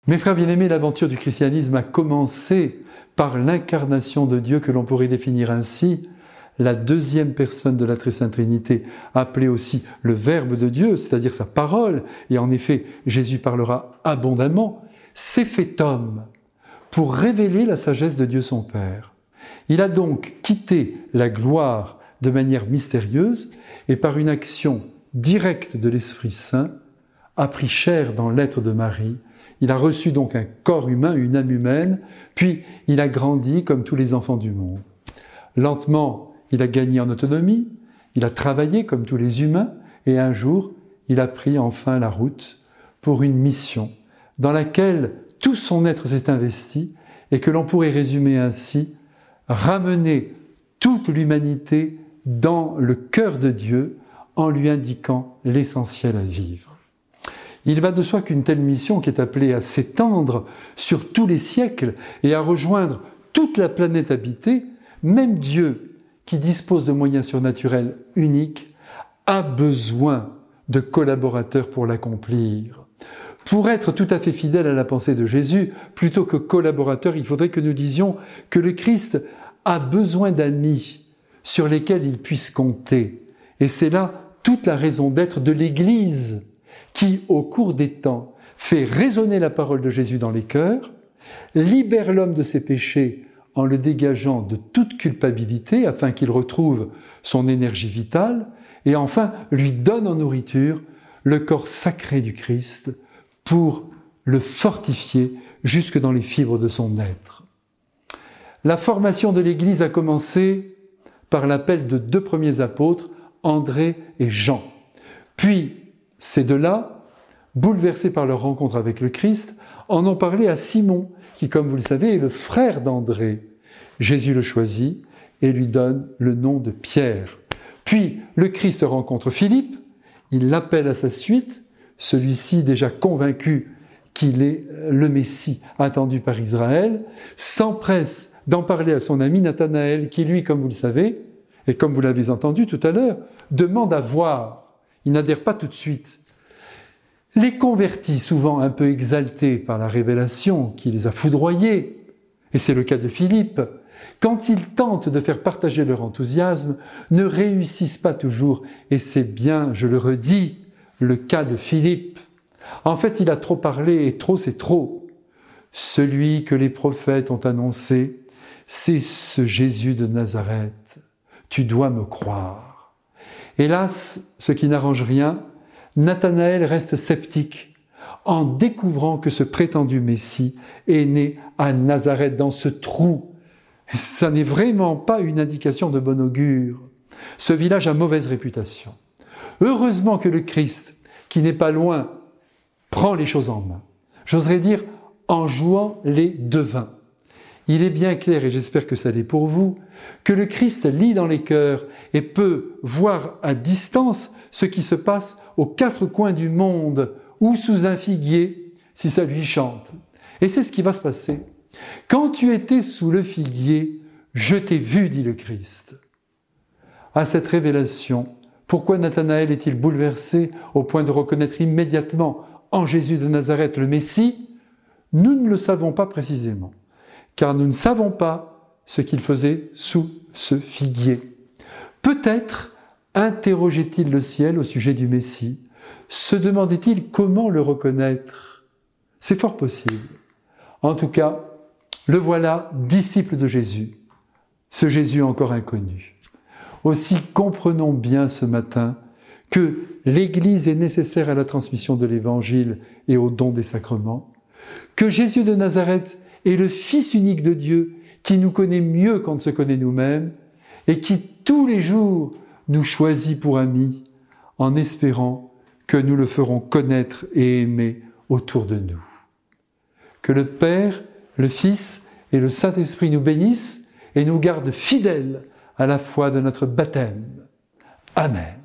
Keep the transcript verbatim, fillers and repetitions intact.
Mes frères bien-aimés, l'aventure du christianisme a commencé par l'incarnation de Dieu que l'on pourrait définir ainsi, la deuxième personne de la Très Sainte Trinité, appelée aussi le Verbe de Dieu, c'est-à-dire sa parole, et en effet Jésus parlera abondamment, s'est fait homme pour révéler la sagesse de Dieu son Père. Il a donc quitté la gloire de manière mystérieuse et par une action directe de l'Esprit Saint, a pris chair dans l'être de Marie. Il a reçu donc un corps humain, une âme humaine, puis il a grandi comme tous les enfants du monde. Lentement, il a gagné en autonomie, il a travaillé comme tous les humains, et un jour, il a pris enfin la route pour une mission dans laquelle tout son être s'est investi et que l'on pourrait résumer ainsi, ramener toute l'humanité dans le cœur de Dieu en lui indiquant l'essentiel à vivre. Il va de soi qu'une telle mission, qui est appelée à s'étendre sur tous les siècles et à rejoindre toute la planète habitée, même Dieu, qui dispose de moyens surnaturels uniques, a besoin de collaborateurs pour l'accomplir. Pour être tout à fait fidèle à la pensée de Jésus, plutôt que collaborateur, il faudrait que nous disions que le Christ a besoin d'amis sur lesquels il puisse compter. Et c'est là toute la raison d'être de l'Église, qui, au cours des temps, fait résonner la parole de Jésus dans les cœurs, libère l'homme de ses péchés en le dégageant de toute culpabilité afin qu'il retrouve son énergie vitale, et enfin lui donne en nourriture le corps sacré du Christ pour le fortifier jusque dans les fibres de son être. La formation de l'Église a commencé par l'appel de deux premiers apôtres, André et Jean. Puis, ces deux-là, bouleversés par leur rencontre avec le Christ, en ont parlé à Simon, qui, comme vous le savez, est le frère d'André. Jésus le choisit et lui donne le nom de Pierre. Puis, le Christ rencontre Philippe, il l'appelle à sa suite, celui-ci déjà convaincu qu'il est le Messie attendu par Israël, s'empresse d'en parler à son ami Nathanaël, qui lui, comme vous le savez, et comme vous l'avez entendu tout à l'heure, demande à voir. Il n'adhère pas tout de suite. Les convertis, souvent un peu exaltés par la révélation qui les a foudroyés, et c'est le cas de Philippe, quand ils tentent de faire partager leur enthousiasme, ne réussissent pas toujours, et c'est bien, je le redis, le cas de Philippe. En fait, il a trop parlé, et trop c'est trop. Celui que les prophètes ont annoncé, c'est ce Jésus de Nazareth. Tu dois me croire. Hélas, ce qui n'arrange rien, Nathanaël reste sceptique en découvrant que ce prétendu Messie est né à Nazareth, dans ce trou. Et ça n'est vraiment pas une indication de bon augure. Ce village a mauvaise réputation. Heureusement que le Christ, qui n'est pas loin, prend les choses en main. J'oserais dire en jouant les devins. Il est bien clair, et j'espère que ça l'est pour vous, que le Christ lit dans les cœurs et peut voir à distance ce qui se passe aux quatre coins du monde ou sous un figuier, si ça lui chante. Et c'est ce qui va se passer. Quand tu étais sous le figuier, je t'ai vu, dit le Christ. À cette révélation, pourquoi Nathanaël est-il bouleversé au point de reconnaître immédiatement en Jésus de Nazareth le Messie? Nous ne le savons pas précisément, car nous ne savons pas ce qu'il faisait sous ce figuier. Peut-être interrogeait-il le ciel au sujet du Messie, se demandait-il comment le reconnaître. C'est fort possible. En tout cas, le voilà, disciple de Jésus, ce Jésus encore inconnu. Aussi comprenons bien ce matin que l'Église est nécessaire à la transmission de l'Évangile et au don des sacrements, que Jésus de Nazareth est le Fils unique de Dieu qui nous connaît mieux qu'on ne se connaît nous-mêmes et qui tous les jours nous choisit pour amis en espérant que nous le ferons connaître et aimer autour de nous. Que le Père, le Fils et le Saint-Esprit nous bénissent et nous gardent fidèles à la foi de notre baptême. Amen.